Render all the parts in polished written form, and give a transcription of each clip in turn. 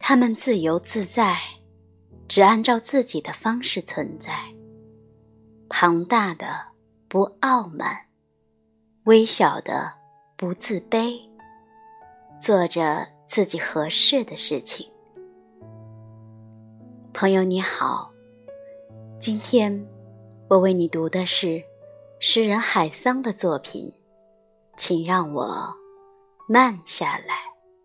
他们自由自在，只按照自己的方式存在，庞大的不傲慢，微小的不自卑，做着自己合适的事情。朋友你好，今天我为你读的是诗人海桑的作品，请让我慢下来。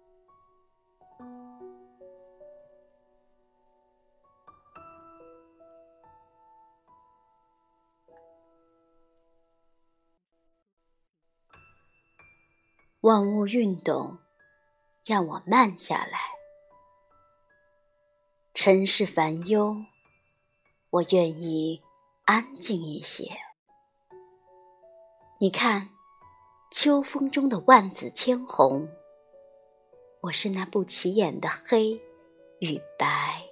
万物运动，让我慢下来。尘世烦忧，我愿意安静一些。你看，秋风中的万紫千红，我是那不起眼的黑与白。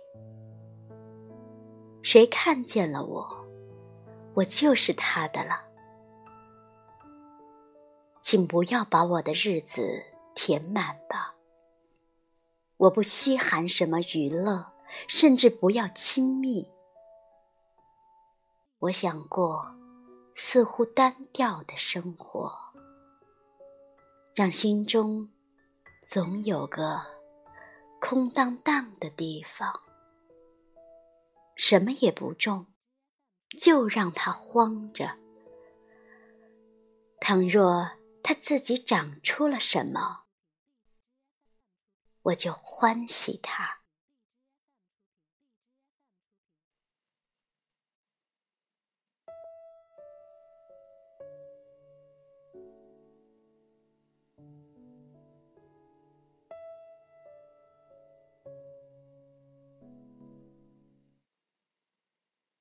谁看见了我，我就是他的了。请不要把我的日子填满吧，我不稀罕什么娱乐，甚至不要亲密。我想过似乎单调的生活，让心中总有个空荡荡的地方，什么也不种，就让它荒着。倘若它自己长出了什么，我就欢喜它。